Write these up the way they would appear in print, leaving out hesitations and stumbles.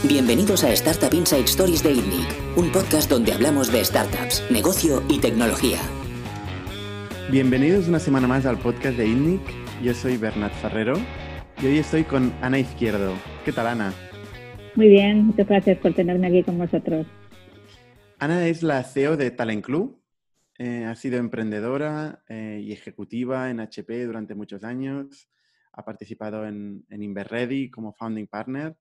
Bienvenidos a Startup Inside Stories de ITNIC, un podcast donde hablamos de startups, negocio y tecnología. Bienvenidos una semana más al podcast de ITNIC. Yo soy Bernat Ferrero y hoy estoy con Ana Izquierdo. ¿Qué tal, Ana? Muy bien, muchas gracias por tenerme aquí con vosotros. Ana es la CEO de Talent Club. Ha sido emprendedora y ejecutiva en HP durante muchos años. Ha participado en Inverready como founding partner.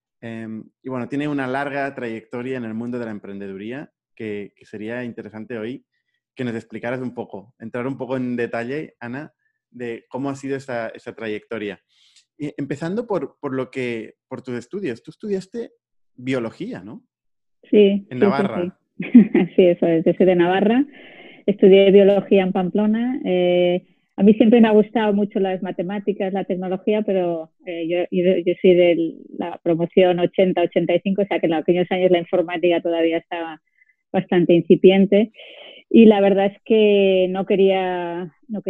Y bueno, tiene una larga trayectoria en el mundo de la emprendeduría que sería interesante hoy que nos explicaras un poco, entrar un poco en detalle, Ana, de cómo ha sido esa trayectoria. Y empezando por tus estudios. Tú estudiaste biología, ¿no? Sí. En Navarra. Sí. Sí, eso es. Yo soy de Navarra. Estudié biología en Pamplona. A mí siempre me ha gustado mucho las matemáticas, la tecnología, pero yo soy de la promoción 80-85, o sea que en aquellos años la informática todavía estaba bastante incipiente. Y la verdad es que no quería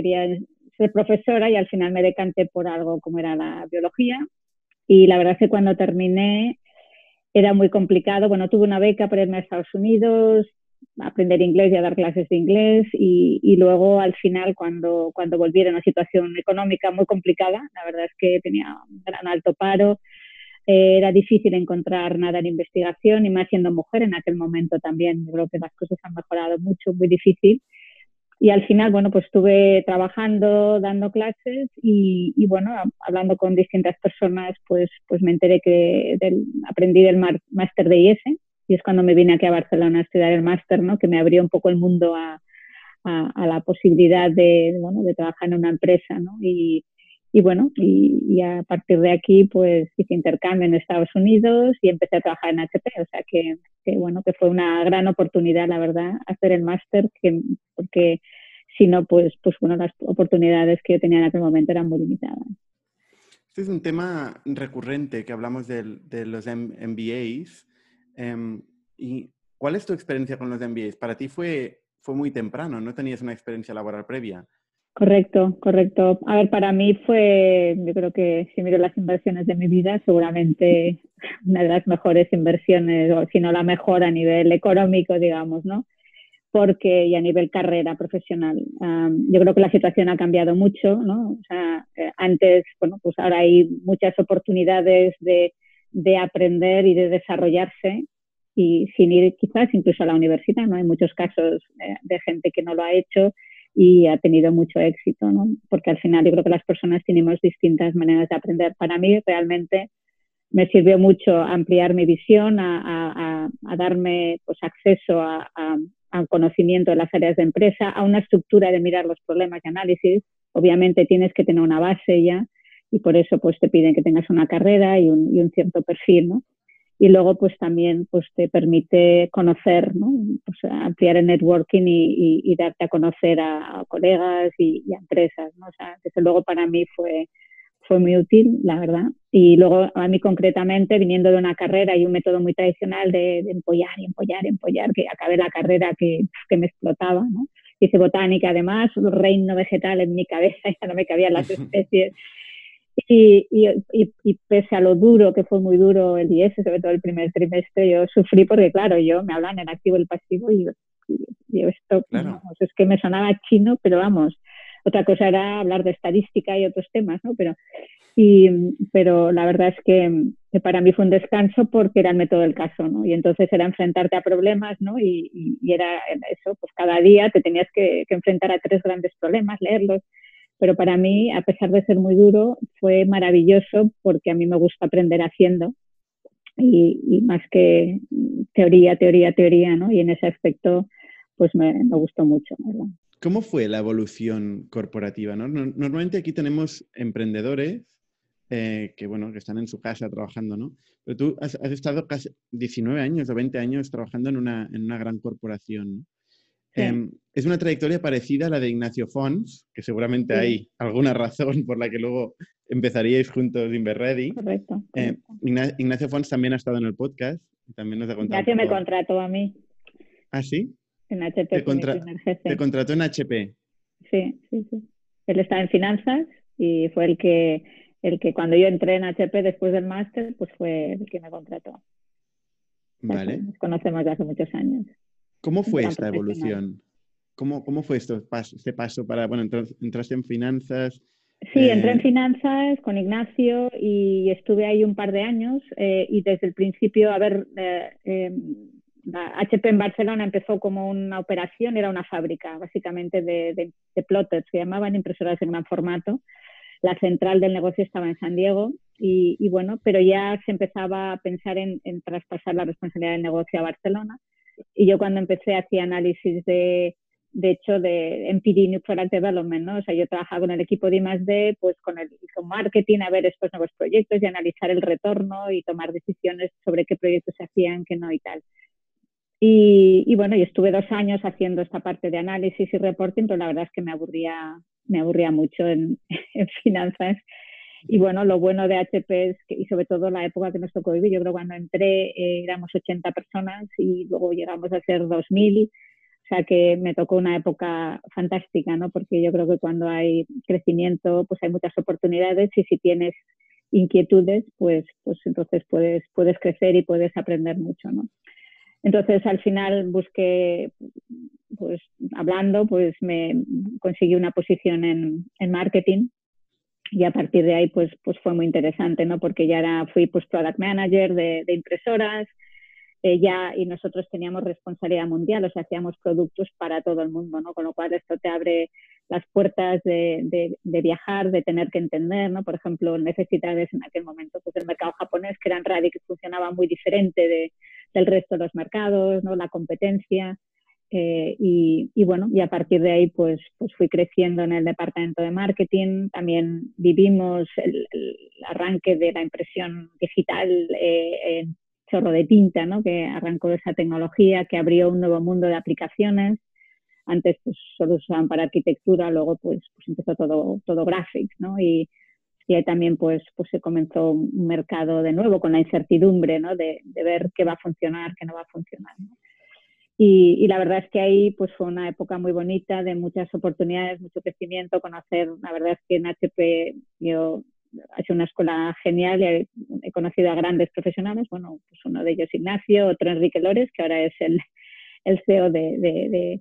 ser profesora y al final me decanté por algo como era la biología. Y la verdad es que cuando terminé era muy complicado. Bueno, tuve una beca para irme a Estados Unidos, a aprender inglés y a dar clases de inglés y luego al final cuando volví era una situación económica muy complicada. La verdad es que tenía un gran alto paro. Era difícil encontrar nada en investigación y más siendo mujer en aquel momento también. Yo creo que las cosas han mejorado mucho, muy difícil. Y al final, bueno, pues estuve trabajando, dando clases y bueno, hablando con distintas personas, pues me enteré que aprendí del máster de IES y es cuando me vine aquí a Barcelona a estudiar el máster, ¿no? Que me abrió un poco el mundo a la posibilidad de trabajar en una empresa, ¿no? Y bueno, y a partir de aquí pues hice intercambio en Estados Unidos y empecé a trabajar en HP, o sea que bueno, que fue una gran oportunidad, la verdad, hacer el máster, porque si no, pues bueno, las oportunidades que yo tenía en aquel momento eran muy limitadas. Este es un tema recurrente que hablamos de los MBAs. ¿Y cuál es tu experiencia con los MBAs? Para ti fue muy temprano, ¿no tenías una experiencia laboral previa? Correcto. A ver, para mí yo creo que si miro las inversiones de mi vida, seguramente una de las mejores inversiones, o si no la mejor a nivel económico, digamos, ¿no? Y a nivel carrera profesional. Yo creo que la situación ha cambiado mucho, ¿no? O sea, antes, bueno, pues ahora hay muchas oportunidades de aprender y de desarrollarse y sin ir quizás incluso a la universidad, ¿no? Hay muchos casos de gente que no lo ha hecho y ha tenido mucho éxito, ¿no? Porque al final yo creo que las personas tenemos distintas maneras de aprender. Para mí realmente me sirvió mucho ampliar mi visión, a darme pues acceso a un conocimiento de las áreas de empresa, a una estructura de mirar los problemas y análisis. Obviamente tienes que tener una base ya y por eso pues te piden que tengas una carrera y un cierto perfil, ¿no? Y luego pues también pues te permite conocer, ¿no? Pues, ampliar el networking y darte a conocer a colegas y a empresas, ¿no? O sea, desde luego para mí fue muy útil, la verdad. Y luego a mí concretamente, viniendo de una carrera y un método muy tradicional de empollar, que acabé la carrera que me explotaba, ¿no? Hice botánica además, un reino vegetal en mi cabeza, ya no me cabían las especies. Y pese a lo duro, que fue muy duro el IES, sobre todo el primer trimestre, yo sufrí porque, claro, me hablan el activo y el pasivo y esto, Claro. vamos, es que me sonaba chino, pero vamos, otra cosa era hablar de estadística y otros temas, ¿no? Pero la verdad es que para mí fue un descanso porque era el método del caso, ¿no? Y entonces era enfrentarte a problemas, ¿no? Y era eso, pues cada día te tenías que enfrentar a 3 grandes problemas, leerlos. Pero para mí, a pesar de ser muy duro, fue maravilloso porque a mí me gusta aprender haciendo y más que teoría, ¿no? Y en ese aspecto, pues me gustó mucho, ¿verdad? ¿Cómo fue la evolución corporativa, ¿no? Normalmente aquí tenemos emprendedores que están en su casa trabajando, ¿no? Pero tú has estado casi 19 años o 20 años trabajando en una gran corporación, ¿no? Sí. Es una trayectoria parecida a la de Ignacio Fons, que seguramente Sí. hay alguna razón por la que luego empezaríais juntos Inverready. Correcto. Ignacio Fons también ha estado en el podcast y también nos ha contado un Ignacio me poco. contrató a mí. ¿Ah, sí? En HP fue mi primer jefe. Te contrató en HP. Sí. Él estaba en finanzas y fue el que cuando yo entré en HP después del máster, pues fue el que me contrató. Vale. Nos conocemos de hace muchos años. ¿Cómo fue Gran esta profesional. evolución? ¿Cómo fue este paso para, bueno, entraste en finanzas? Sí, entré en finanzas con Ignacio y estuve ahí un par de años y desde el principio, la HP en Barcelona empezó como una operación, era una fábrica básicamente de plotters, se llamaban impresoras en gran formato. La central del negocio estaba en San Diego y bueno, pero ya se empezaba a pensar en traspasar la responsabilidad del negocio a Barcelona. Y yo cuando empecé hacía análisis de hecho, de NPD, New Product Development, ¿no? O sea, yo trabajaba con el equipo de I+D, pues con marketing, a ver estos nuevos proyectos y analizar el retorno y tomar decisiones sobre qué proyectos se hacían, qué no y tal. Y bueno, yo estuve 2 años haciendo esta parte de análisis y reporting, pero la verdad es que me aburría mucho en finanzas. Y bueno, lo bueno de HP es que, y sobre todo la época que nos tocó vivir, yo creo que cuando entré éramos 80 personas y luego llegamos a ser 2000. O sea que me tocó una época fantástica, ¿no? Porque yo creo que cuando hay crecimiento, pues hay muchas oportunidades y si tienes inquietudes, pues entonces puedes crecer y puedes aprender mucho, ¿no? Entonces al final busqué, pues hablando, pues me conseguí una posición en marketing y a partir de ahí pues fue muy interesante, ¿no? Porque ya fui pues product manager de impresoras, y nosotros teníamos responsabilidad mundial, o sea, hacíamos productos para todo el mundo, ¿no? Con lo cual esto te abre las puertas de viajar, de tener que entender, ¿no? Por ejemplo, necesidades en aquel momento, pues el mercado japonés, que era en radio, que funcionaba muy diferente del resto de los mercados, ¿no? La competencia. Y bueno, y a partir de ahí pues fui creciendo en el departamento de marketing. También vivimos el arranque de la impresión digital en chorro de tinta, ¿no? Que arrancó esa tecnología, que abrió un nuevo mundo de aplicaciones. Antes pues solo usaban para arquitectura, luego pues empezó todo graphics, ¿no? Y ahí también pues se comenzó un mercado de nuevo con la incertidumbre, ¿no? De ver qué va a funcionar, qué no va a funcionar, ¿no? Y la verdad es que ahí pues fue una época muy bonita, de muchas oportunidades, mucho crecimiento, conocer, la verdad es que en HP yo ha sido una escuela genial y he conocido a grandes profesionales, bueno, pues uno de ellos Ignacio, otro Enrique Lores, que ahora es el CEO de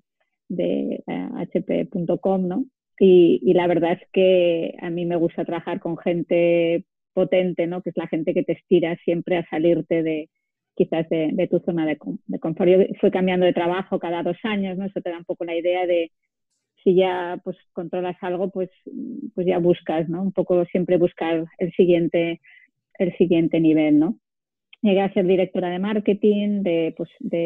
HP.com, ¿no? Y la verdad es que a mí me gusta trabajar con gente potente, ¿no? Que es la gente que te estira siempre a salirte quizás de tu zona de confort. Yo fui cambiando de trabajo cada 2 años, ¿no? Eso te da un poco la idea de si ya pues controlas algo, pues ya buscas, ¿no? Un poco siempre buscar el siguiente nivel, ¿no? Llegué a ser directora de marketing, de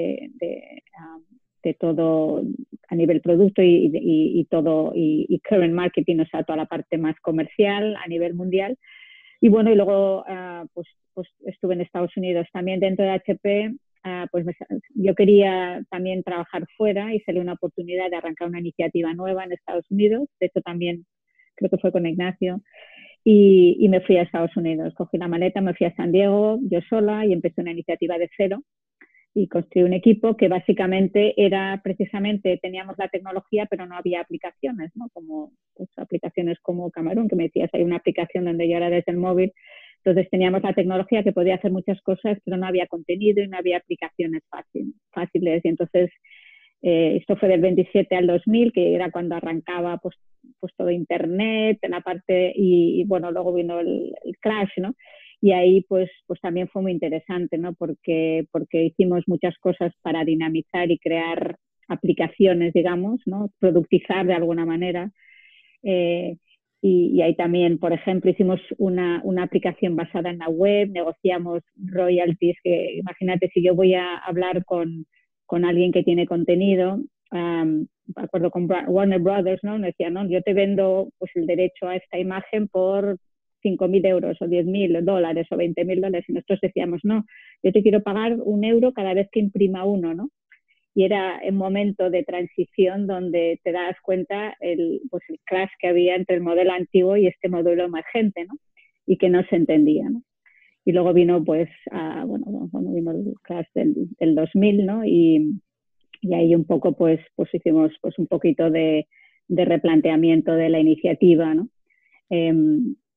todo a nivel producto y todo, y current marketing, o sea, toda la parte más comercial a nivel mundial. Y bueno, y luego pues estuve en Estados Unidos también dentro de HP. Pues yo quería también trabajar fuera y salió una oportunidad de arrancar una iniciativa nueva en Estados Unidos. De hecho, también creo que fue con Ignacio. Y me fui a Estados Unidos. Cogí la maleta, me fui a San Diego yo sola y empecé una iniciativa de cero. Y construí un equipo que básicamente era precisamente, teníamos la tecnología, pero no había aplicaciones, ¿no? Como pues, aplicaciones como Camarón, que me decías, hay una aplicación donde yo era desde el móvil. Entonces teníamos la tecnología que podía hacer muchas cosas, pero no había contenido y no había aplicaciones fáciles. Y entonces esto fue del 27 al 2000, que era cuando arrancaba pues todo Internet, la parte, y bueno, luego vino el crash, ¿no? Y ahí pues también fue muy interesante, ¿no? Porque hicimos muchas cosas para dinamizar y crear aplicaciones, digamos, ¿no? Productizar de alguna manera. Y ahí también, por ejemplo, hicimos una aplicación basada en la web, negociamos royalties, que imagínate si yo voy a hablar con alguien que tiene contenido, de acuerdo con Warner Brothers, ¿no? Me decía, no, yo te vendo pues el derecho a esta imagen por 5.000 euros o 10.000 dólares o 20.000 dólares, y nosotros decíamos, no, yo te quiero pagar 1 euro cada vez que imprima uno, ¿no? Y era un momento de transición donde te das cuenta el crash que había entre el modelo antiguo y este modelo emergente, ¿no? Y que no se entendía, ¿no? Y luego vino pues vino el crash del 2000, ¿no? Y ahí un poco pues hicimos pues un poquito de replanteamiento de la iniciativa, ¿no?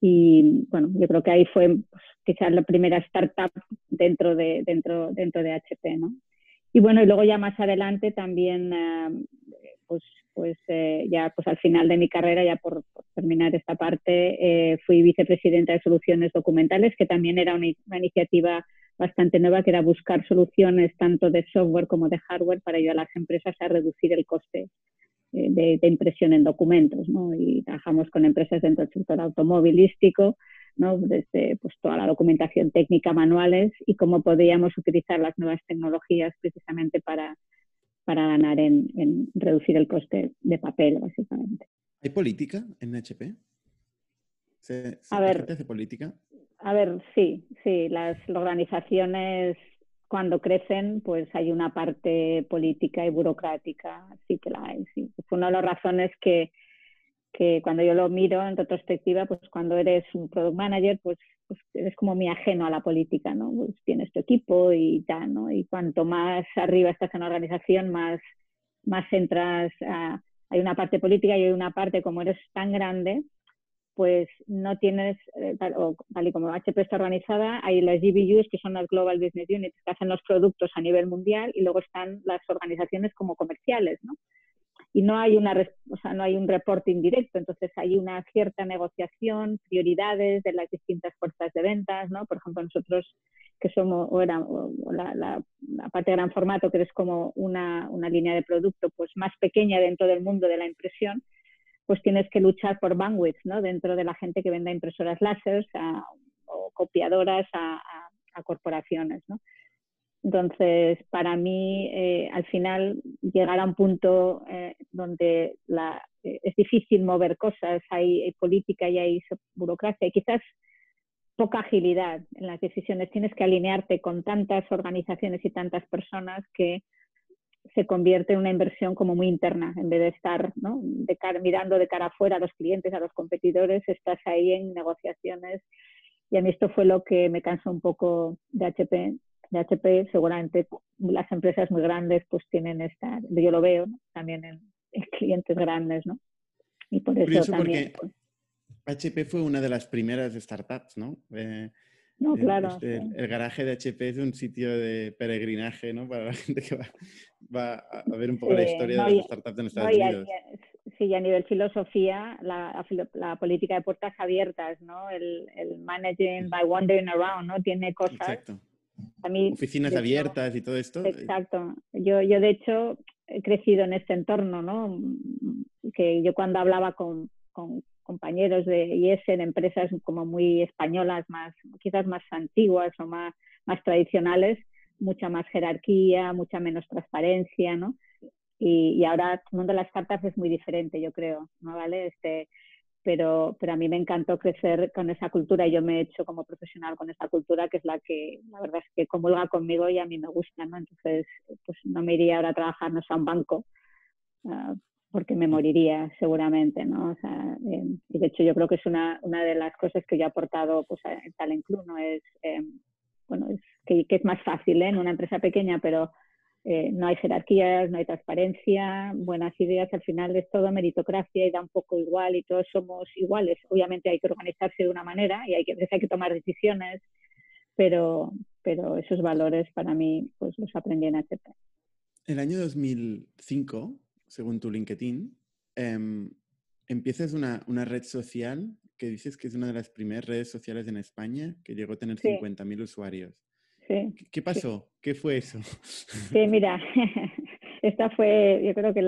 Y bueno, yo creo que ahí fue pues, quizás la primera startup dentro de HP, ¿no? Y bueno, y luego ya más adelante también, ya pues al final de mi carrera, ya por terminar esta parte, fui vicepresidenta de soluciones documentales, que también era una iniciativa bastante nueva, que era buscar soluciones tanto de software como de hardware para ayudar a las empresas a reducir el coste de impresión en documentos, ¿no? Y trabajamos con empresas dentro del sector automovilístico, ¿no? Desde pues, toda la documentación técnica, manuales, y cómo podríamos utilizar las nuevas tecnologías precisamente para ganar en reducir el coste de papel, básicamente. ¿Hay política en HP? A ¿La ver, gente hace política? sí, las organizaciones cuando crecen, pues hay una parte política y burocrática, sí que la hay, sí. Fue una de las razones que cuando yo lo miro en retrospectiva, pues cuando eres un product manager, pues eres como muy ajeno a la política, ¿no? Pues tienes tu equipo y tal, ¿no? Y cuanto más arriba estás en la organización, más entras hay una parte política y hay una parte, como eres tan grande, pues no tienes, tal y como HP está organizada, hay las GBUs, que son las Global Business Units, que hacen los productos a nivel mundial, y luego están las organizaciones como comerciales, ¿no? Y no hay no hay un reporting directo, entonces hay una cierta negociación, prioridades de las distintas fuerzas de ventas, ¿no? Por ejemplo, nosotros que somos, la parte de gran formato, que es como una línea de producto pues más pequeña dentro del mundo de la impresión, pues tienes que luchar por bandwidth, ¿no? Dentro de la gente que venda impresoras láser o copiadoras a corporaciones, ¿no? Entonces, para mí, al final, llegar a un punto donde es difícil mover cosas, hay política y hay burocracia y quizás poca agilidad en las decisiones. Tienes que alinearte con tantas organizaciones y tantas personas que se convierte en una inversión como muy interna, en vez de estar, ¿no? Mirando de cara afuera a los clientes, a los competidores, estás ahí en negociaciones. Y a mí esto fue lo que me cansó un poco de HP. De HP, seguramente las empresas muy grandes pues tienen yo lo veo, ¿no? También en clientes grandes, ¿no? Y por eso Curioso también, porque pues, HP fue una de las primeras startups, ¿no? no, claro, sí. El garaje de HP es un sitio de peregrinaje, ¿no? Para la gente que va a ver un poco la Sí, historia no, de las startups en no, Estados Unidos. sí, a nivel filosofía, la política de puertas abiertas, ¿no? El managing by wandering around, ¿no? Tiene cosas. Exacto. A mí, Oficinas de hecho, abiertas y todo esto. exacto. Yo de hecho, he crecido en este entorno, ¿no? Que yo cuando hablaba con compañeros de IES en empresas como muy españolas, quizás más antiguas o más tradicionales, mucha más jerarquía, mucha menos transparencia, ¿no? Y ahora el mundo de las startups es muy diferente, yo creo, ¿no? ¿Vale? Pero a mí me encantó crecer con esa cultura y yo me he hecho como profesional con esa cultura, que es la verdad es que comulga conmigo y a mí me gusta, ¿no? Entonces, pues no me iría ahora a trabajar, no sé, a un banco, porque me moriría seguramente, ¿no? O sea, y de hecho yo creo que es una de las cosas que yo he aportado pues, en Talent Club, ¿no? Es que es más fácil, en una empresa pequeña, pero no hay jerarquías, no hay transparencia, buenas ideas, al final es todo meritocracia y da un poco igual y todos somos iguales. Obviamente hay que organizarse de una manera y hay que tomar decisiones, pero esos valores para mí pues los aprendí en HP. El año 2005, según tu LinkedIn, empiezas una red social que dices que es una de las primeras redes sociales en España que llegó a tener Sí, 50.000 usuarios. sí. ¿Qué pasó? Sí. ¿Qué fue eso? Sí, mira, esta fue, yo creo que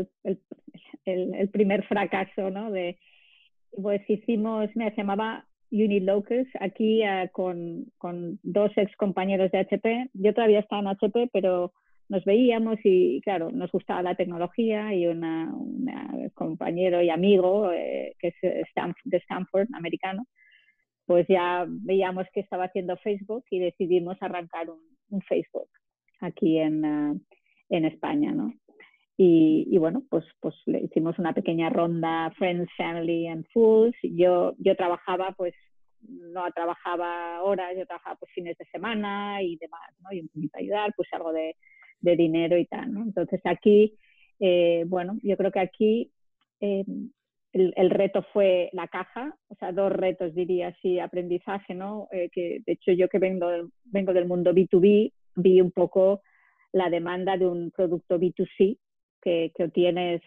el primer fracaso, ¿no? Pues hicimos, mira, se llamaba Unilocus, aquí con dos ex compañeros de HP. Yo todavía estaba en HP, pero nos veíamos y, claro, nos gustaba la tecnología y un compañero y amigo que es de Stanford, americano, pues ya veíamos que estaba haciendo Facebook y decidimos arrancar un Facebook aquí en España, ¿no? Y bueno, pues le hicimos una pequeña ronda Friends, Family and Fools. Yo trabajaba, pues no trabajaba horas, yo trabajaba pues fines de semana y demás, ¿no? Y un poquito ayudar, pues algo de dinero y tal, ¿no? Entonces aquí, bueno, yo creo que aquí el reto fue la caja, o sea, 2 retos diría así, aprendizaje, ¿no? Que de hecho yo que vengo del mundo B2B, vi un poco la demanda de un producto B2C que o tienes,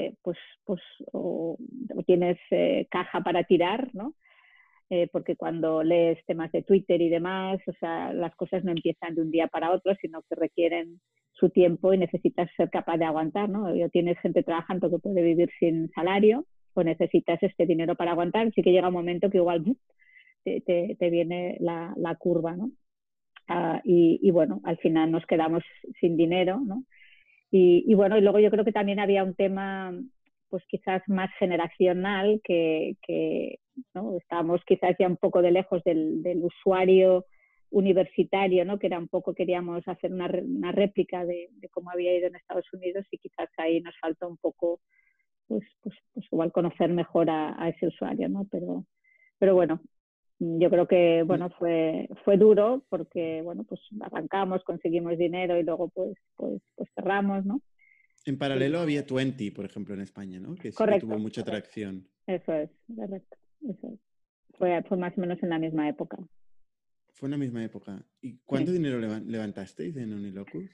o tienes caja para tirar, ¿no? Porque cuando lees temas de Twitter y demás, o sea, las cosas no empiezan de un día para otro, sino que requieren su tiempo y necesitas ser capaz de aguantar, ¿no? O tienes gente trabajando que puede vivir sin salario o necesitas este dinero para aguantar, sí que llega un momento que igual te viene la curva, ¿no? Y bueno, al final nos quedamos sin dinero, ¿no? Y bueno, y luego yo creo que también había un tema pues quizás más generacional que ¿no? Estábamos quizás ya un poco de lejos del usuario universitario, ¿no? Que era un poco, queríamos hacer una réplica de cómo había ido en Estados Unidos y quizás ahí nos faltó un poco pues igual conocer mejor a ese usuario, ¿no? Pero bueno, yo creo que bueno fue duro porque bueno pues arrancamos, conseguimos dinero y luego pues cerramos, ¿no? En paralelo había Twenty, por ejemplo, en España, ¿no? Que sí que tuvo Correcto, mucha atracción. eso es, correcto, eso es. Fue más o menos en la misma época. Fue en la misma época. ¿Y cuánto dinero levantasteis en Unilocus?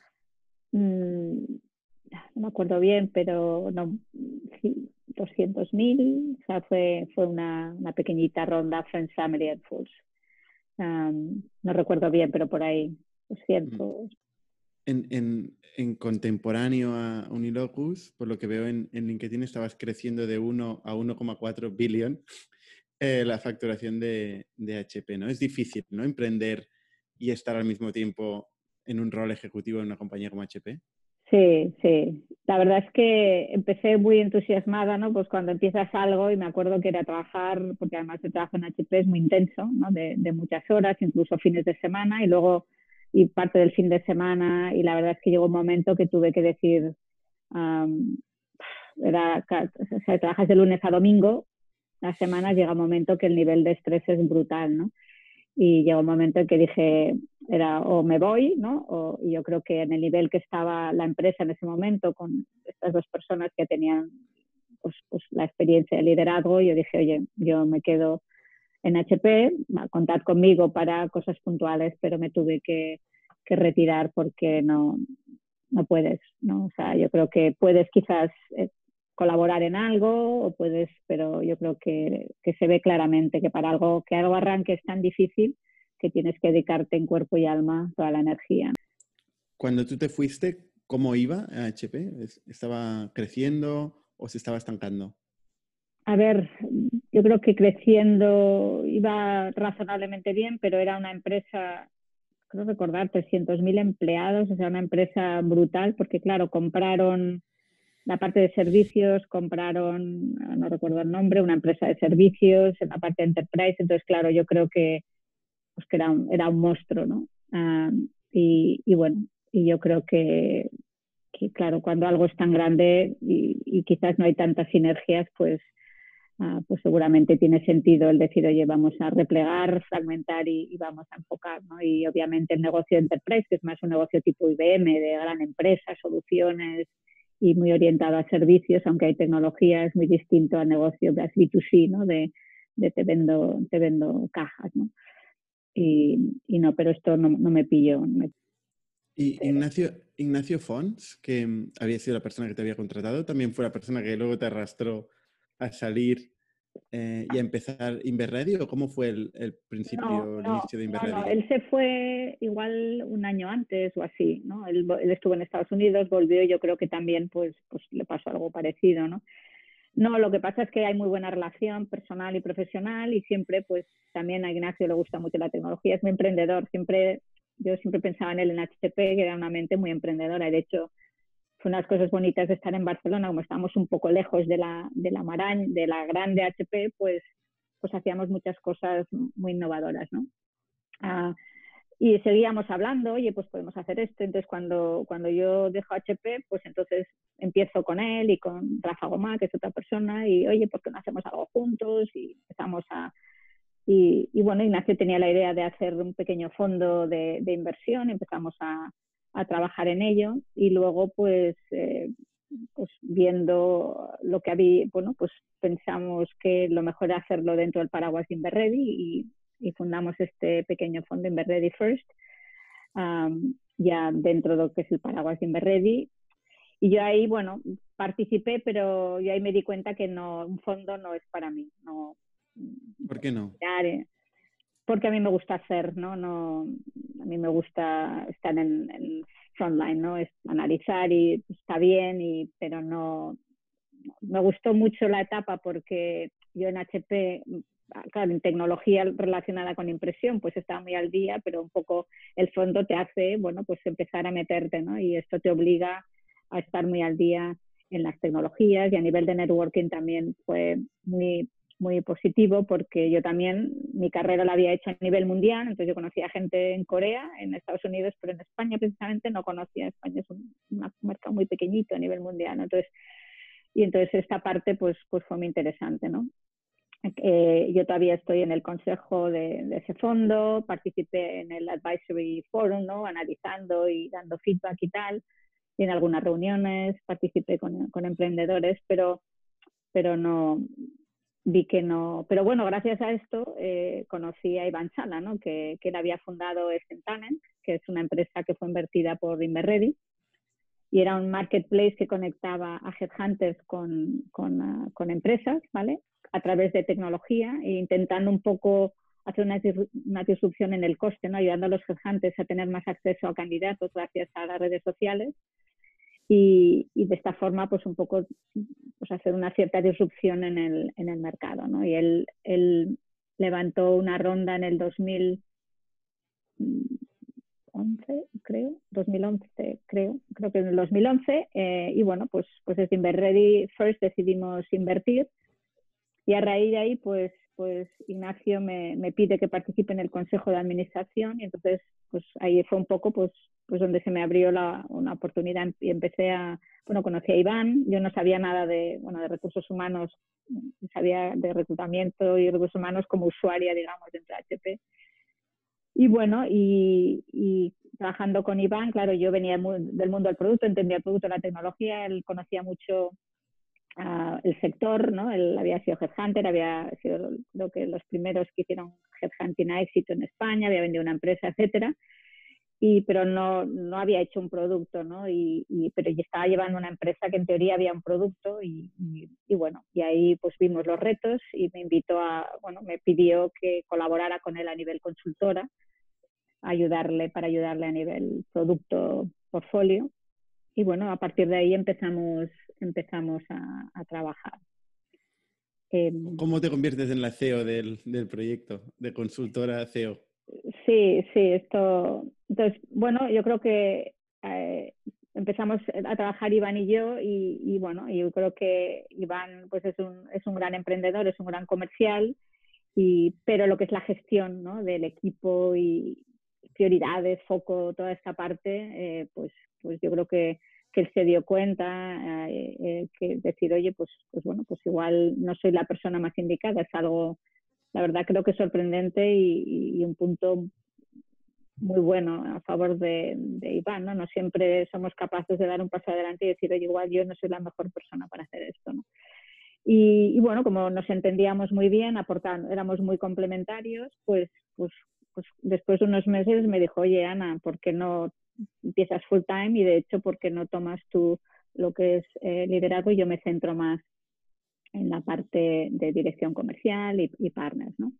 No me acuerdo bien, pero no, sí, 200.000, o sea, fue una pequeñita ronda Friends, Family and Fools. No recuerdo bien, pero por ahí, 200. En contemporáneo a Unilocus, por lo que veo en LinkedIn, estabas creciendo de 1 a 1,4 billón la facturación de HP, ¿no? Es difícil, ¿no? Emprender y estar al mismo tiempo en un rol ejecutivo en una compañía como HP. Sí, sí. La verdad es que empecé muy entusiasmada, ¿no? Pues cuando empiezas algo y me acuerdo que era trabajar, porque además el trabajo en HP es muy intenso, ¿no? De muchas horas, incluso fines de semana y luego y parte del fin de semana y la verdad es que llegó un momento que tuve que decir, o sea, trabajas de lunes a domingo, las semanas llega un momento que el nivel de estrés es brutal, ¿no? Y llegó un momento en que dije, era o me voy, ¿no? Y yo creo que en el nivel que estaba la empresa en ese momento, con estas 2 personas que tenían pues la experiencia de liderazgo, yo dije, oye, yo me quedo en HP, contad conmigo para cosas puntuales, pero me tuve que retirar porque no puedes, ¿no? O sea, yo creo que puedes quizás colaborar en algo o puedes, pero yo creo que se ve claramente que para que algo arranque es tan difícil que tienes que dedicarte en cuerpo y alma toda la energía. Cuando tú te fuiste, ¿cómo iba a HP? ¿Estaba creciendo o se estaba estancando? A ver, yo creo que creciendo iba razonablemente bien, pero era una empresa, creo recordar, 300.000 empleados, o sea, una empresa brutal, porque claro, compraron la parte de servicios, compraron, no recuerdo el nombre, una empresa de servicios, en la parte de enterprise, entonces claro, yo creo que, pues, que era un monstruo, ¿no? Y bueno, y yo creo que claro, cuando algo es tan grande y quizás no hay tantas sinergias, pues seguramente tiene sentido el decir, oye, vamos a replegar, fragmentar y vamos a enfocar, ¿no? Y obviamente el negocio de enterprise, que es más un negocio tipo IBM, de gran empresa, soluciones y muy orientado a servicios, aunque hay tecnología, es muy distinto al negocio de B2C, ¿no? De te vendo cajas, ¿no? Y no, pero esto no me pilló. Y Ignacio Fons, que había sido la persona que te había contratado, también fue la persona que luego te arrastró a salir y a empezar Inverready, ¿o cómo fue el principio, el inicio de No, Inverready? él se fue igual un año antes o así, ¿no? Él estuvo en Estados Unidos, volvió y yo creo que también pues le pasó algo parecido, ¿no? No, lo que pasa es que hay muy buena relación personal y profesional y siempre pues también a Ignacio le gusta mucho la tecnología, es muy emprendedor, yo siempre pensaba en él en HP, que era una mente muy emprendedora y de hecho fue unas cosas bonitas de estar en Barcelona, como estábamos un poco lejos de la maraña, de la grande HP, pues hacíamos muchas cosas muy innovadoras, ¿no? Y seguíamos hablando, oye, pues podemos hacer esto. Entonces, cuando yo dejo HP, pues entonces empiezo con él y con Rafa Gomá, que es otra persona, y oye, ¿por qué no hacemos algo juntos? Y empezamos y bueno, Ignacio tenía la idea de hacer un pequeño fondo de inversión, empezamos a trabajar en ello y luego pues pues viendo lo que había, bueno, pues pensamos que lo mejor era hacerlo dentro del paraguas de Inverready y fundamos este pequeño fondo Inverready First, ya dentro de lo que es el paraguas de Inverready. Y yo ahí, bueno, participé, pero yo ahí me di cuenta que no, un fondo no es para mí. No, ¿Por qué no? porque a mí me gusta hacer, ¿no? A mí me gusta estar en frontline, ¿no? Es analizar y está bien, pero no. Me gustó mucho la etapa porque yo en HP, claro, en tecnología relacionada con impresión, pues estaba muy al día, pero un poco el fondo te hace, bueno, pues empezar a meterte, ¿no? Y esto te obliga a estar muy al día en las tecnologías y a nivel de networking también fue muy positivo porque yo también mi carrera la había hecho a nivel mundial, entonces yo conocía gente en Corea, en Estados Unidos, pero en España precisamente no conocía. España es un mercado muy pequeñito a nivel mundial, ¿no? Entonces esta parte pues fue muy interesante, ¿no? Yo todavía estoy en el consejo de ese fondo, participé en el advisory forum, ¿no? Analizando y dando feedback y tal, y en algunas reuniones participé con emprendedores, pero no, vi que no. Pero bueno, gracias a esto conocí a Iván Sala, ¿no? Que él había fundado Talent, que es una empresa que fue invertida por Inverready, y era un marketplace que conectaba a headhunters con empresas, ¿vale? A través de tecnología e intentando un poco hacer una disrupción en el coste, ¿no? Ayudando a los headhunters a tener más acceso a candidatos gracias a las redes sociales y de esta forma pues un poco pues hacer una cierta disrupción en el mercado, ¿no? Y él levantó una ronda en el 2011, creo que en el 2011, y bueno, pues desde Inverready First decidimos invertir y a raíz de ahí pues Ignacio me pide que participe en el consejo de administración y entonces pues ahí fue un poco pues donde se me abrió una oportunidad y empecé conocí a Iván, yo no sabía nada de recursos humanos, sabía de reclutamiento y recursos humanos como usuaria, digamos, dentro de HP. Y bueno, y trabajando con Iván, claro, yo venía del mundo del producto, entendía el producto, la tecnología, él conocía mucho el sector, ¿no? Él había sido headhunter, había sido creo que los primeros que hicieron headhunting a éxito en España, había vendido una empresa, etcétera, pero no había hecho un producto, ¿no? Pero ya estaba llevando una empresa que en teoría había un producto y bueno, y ahí pues vimos los retos y me invitó me pidió que colaborara con él a nivel consultora, para ayudarle a nivel producto portfolio. Y bueno, a partir de ahí empezamos a trabajar. ¿Cómo te conviertes en la CEO del proyecto, de consultora CEO? Sí, entonces, bueno, yo creo que empezamos a trabajar Iván y yo y bueno, yo creo que Iván pues es un gran emprendedor, es un gran comercial, pero lo que es la gestión, ¿no? Del equipo y prioridades, foco, toda esta parte, pues yo creo que él se dio cuenta, que decir, oye, pues bueno, pues igual no soy la persona más indicada, es algo, la verdad creo que sorprendente y un punto muy bueno a favor de Iván, ¿no? No siempre somos capaces de dar un paso adelante y decir, oye, igual yo no soy la mejor persona para hacer esto, ¿no? Y bueno, como nos entendíamos muy bien, éramos muy complementarios, pues después de unos meses me dijo, oye, Ana, ¿por qué no empiezas full time? Y de hecho, ¿por qué no tomas tú lo que es liderazgo y yo me centro más en la parte de dirección comercial y partners, ¿no?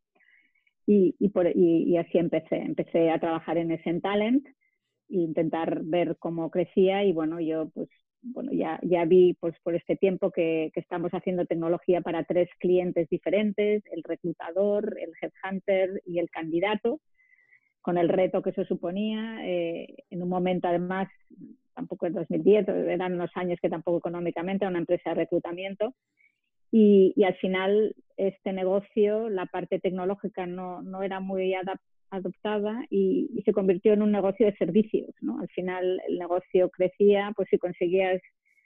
Y así empecé a trabajar en Talent e intentar ver cómo crecía y bueno, yo pues ya vi pues por este tiempo que estamos haciendo tecnología para 3 clientes diferentes, el reclutador, el headhunter y el candidato, con el reto que eso suponía, en un momento además, tampoco en 2010, eran unos años que tampoco económicamente, era una empresa de reclutamiento. Y al final este negocio, la parte tecnológica no era muy adoptada y se convirtió en un negocio de servicios, ¿no? Al final el negocio crecía, pues si conseguías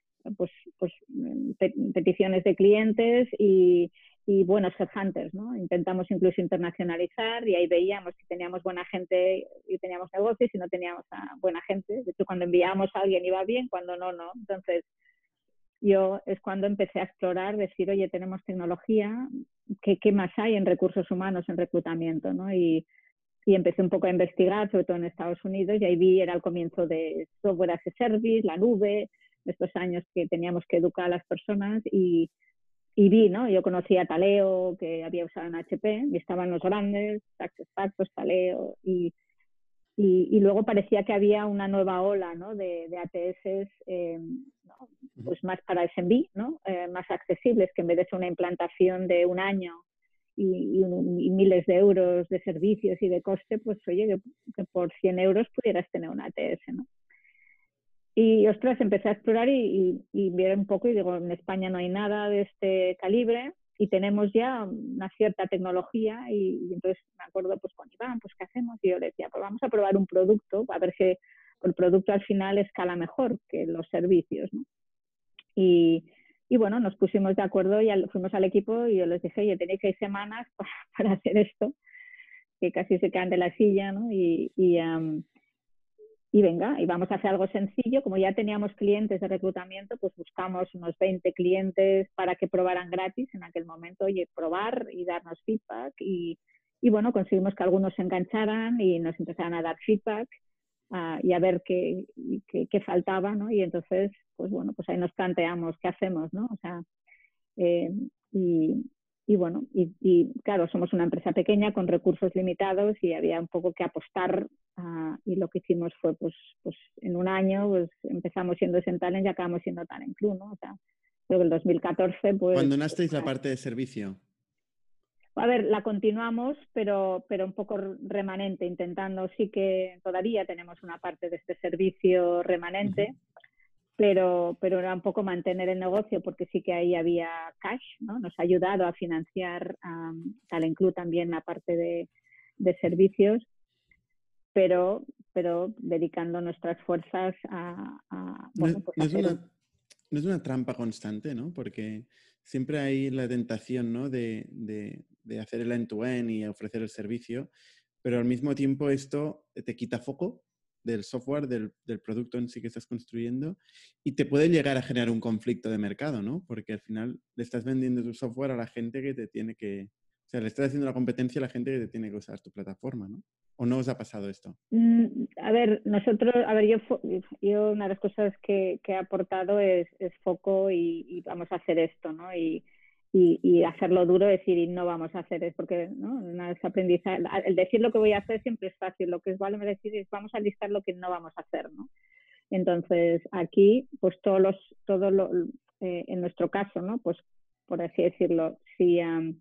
peticiones de clientes y buenos headhunters, ¿no? Intentamos incluso internacionalizar y ahí veíamos si teníamos buena gente y teníamos negocios, si no teníamos a buena gente. De hecho, cuando enviábamos a alguien iba bien, cuando no. Entonces, yo es cuando empecé a explorar, decir, oye, tenemos tecnología, ¿qué más hay en recursos humanos, en reclutamiento, ¿no? Y empecé un poco a investigar, sobre todo en Estados Unidos, y ahí vi, era el comienzo de software as a service, la nube, estos años que teníamos que educar a las personas y vi, ¿no? Yo conocía Taleo, que había usado en HP, y estaban los grandes, SuccessFactors, Taleo, y luego parecía que había una nueva ola, ¿no? de ATS, ¿no? Pues más para SMB, ¿no? Más accesibles, que en vez de ser una implantación de un año y miles de euros de servicios y de coste, pues oye, que por 100 euros pudieras tener una ATS, ¿no? Y ostras, empecé a explorar y ver un poco y digo, en España no hay nada de este calibre y tenemos ya una cierta tecnología y entonces me acuerdo pues con Iván, pues ¿qué hacemos? Y yo le decía, pues vamos a probar un producto a ver si el producto al final escala mejor que los servicios, ¿no? Y bueno, nos pusimos de acuerdo y fuimos al equipo y yo les dije, oye, tenéis 6 semanas para hacer esto, que casi se caen de la silla, ¿no? Y venga, y vamos a hacer algo sencillo. Como ya teníamos clientes de reclutamiento, pues buscamos unos 20 clientes para que probaran gratis en aquel momento, oye, probar y darnos feedback. Y bueno, conseguimos que algunos se engancharan y nos empezaran a dar feedback y a ver qué faltaba, ¿no? Y entonces, pues bueno, pues ahí nos planteamos qué hacemos, ¿no? O sea, y bueno, y claro, somos una empresa pequeña con recursos limitados y había un poco que apostar y lo que hicimos fue pues en un año pues empezamos siendo Talent y acabamos siendo Talent Club, ¿no? O sea, creo que el 2014 pues... ¿Abandonasteis la parte de servicio? A ver, la continuamos, pero un poco remanente, intentando, sí que todavía tenemos una parte de este servicio remanente, pero era un poco mantener el negocio porque sí que ahí había cash, ¿no? Nos ha ayudado a financiar Talent Club también la parte de servicios, pero dedicando nuestras fuerzas bueno, pues no es una trampa constante, ¿no? Porque siempre hay la tentación, ¿no? de hacer el end-to-end y ofrecer el servicio, pero al mismo tiempo esto te quita foco del software, del producto en sí que estás construyendo y te puede llegar a generar un conflicto de mercado, ¿no? Porque al final le estás vendiendo tu software a la gente que te tiene que... O sea, le estás haciendo la competencia a la gente que te tiene que usar tu plataforma, ¿no? ¿O no os ha pasado esto? A ver, yo una de las cosas que he aportado es foco y vamos a hacer esto, ¿no? Y hacerlo duro, decir, y no vamos a hacer es porque, ¿no? Es aprendizaje. El decir lo que voy a hacer siempre es fácil, lo que es vale decir es vamos a listar lo que no vamos a hacer, ¿no? Entonces, aquí, pues en nuestro caso, ¿no? Pues, por así decirlo, si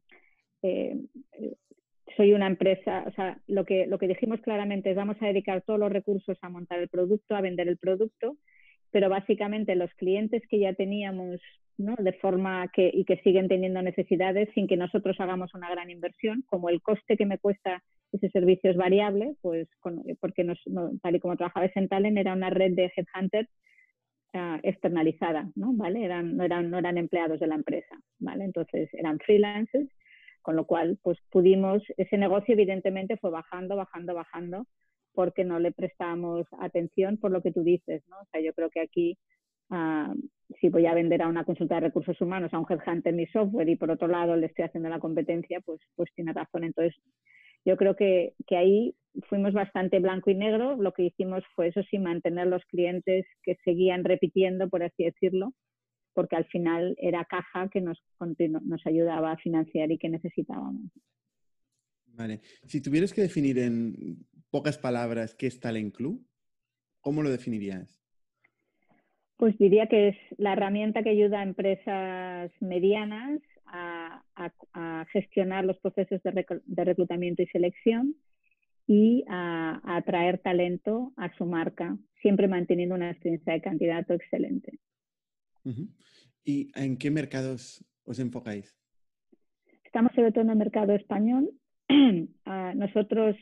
soy una empresa, o sea, lo que dijimos claramente es vamos a dedicar todos los recursos a montar el producto, a vender el producto, pero básicamente los clientes que ya teníamos, ¿no? De forma y que siguen teniendo necesidades sin que nosotros hagamos una gran inversión, como el coste que me cuesta ese servicio es variable, pues porque tal y como trabajaba en Talent era una red de headhunters externalizada, ¿no? ¿Vale? No eran empleados de la empresa, ¿vale? Entonces eran freelancers, con lo cual pues ese negocio evidentemente fue bajando, porque no le prestamos atención por lo que tú dices, ¿no? O sea, yo creo que aquí si voy a vender a una consulta de recursos humanos, a un headhunter mi software y por otro lado le estoy haciendo la competencia, pues tiene razón. Entonces, yo creo que ahí fuimos bastante blanco y negro. Lo que hicimos fue, eso sí, mantener los clientes que seguían repitiendo, por así decirlo, porque al final era caja que nos ayudaba a financiar y que necesitábamos. Vale. Si tuvieras que definir en pocas palabras qué es Talent Club, ¿cómo lo definirías? Pues diría que es la herramienta que ayuda a empresas medianas a gestionar los procesos de reclutamiento y selección y a atraer talento a su marca, siempre manteniendo una experiencia de candidato excelente. ¿Y en qué mercados os enfocáis? Estamos sobre todo en el mercado español. Nosotros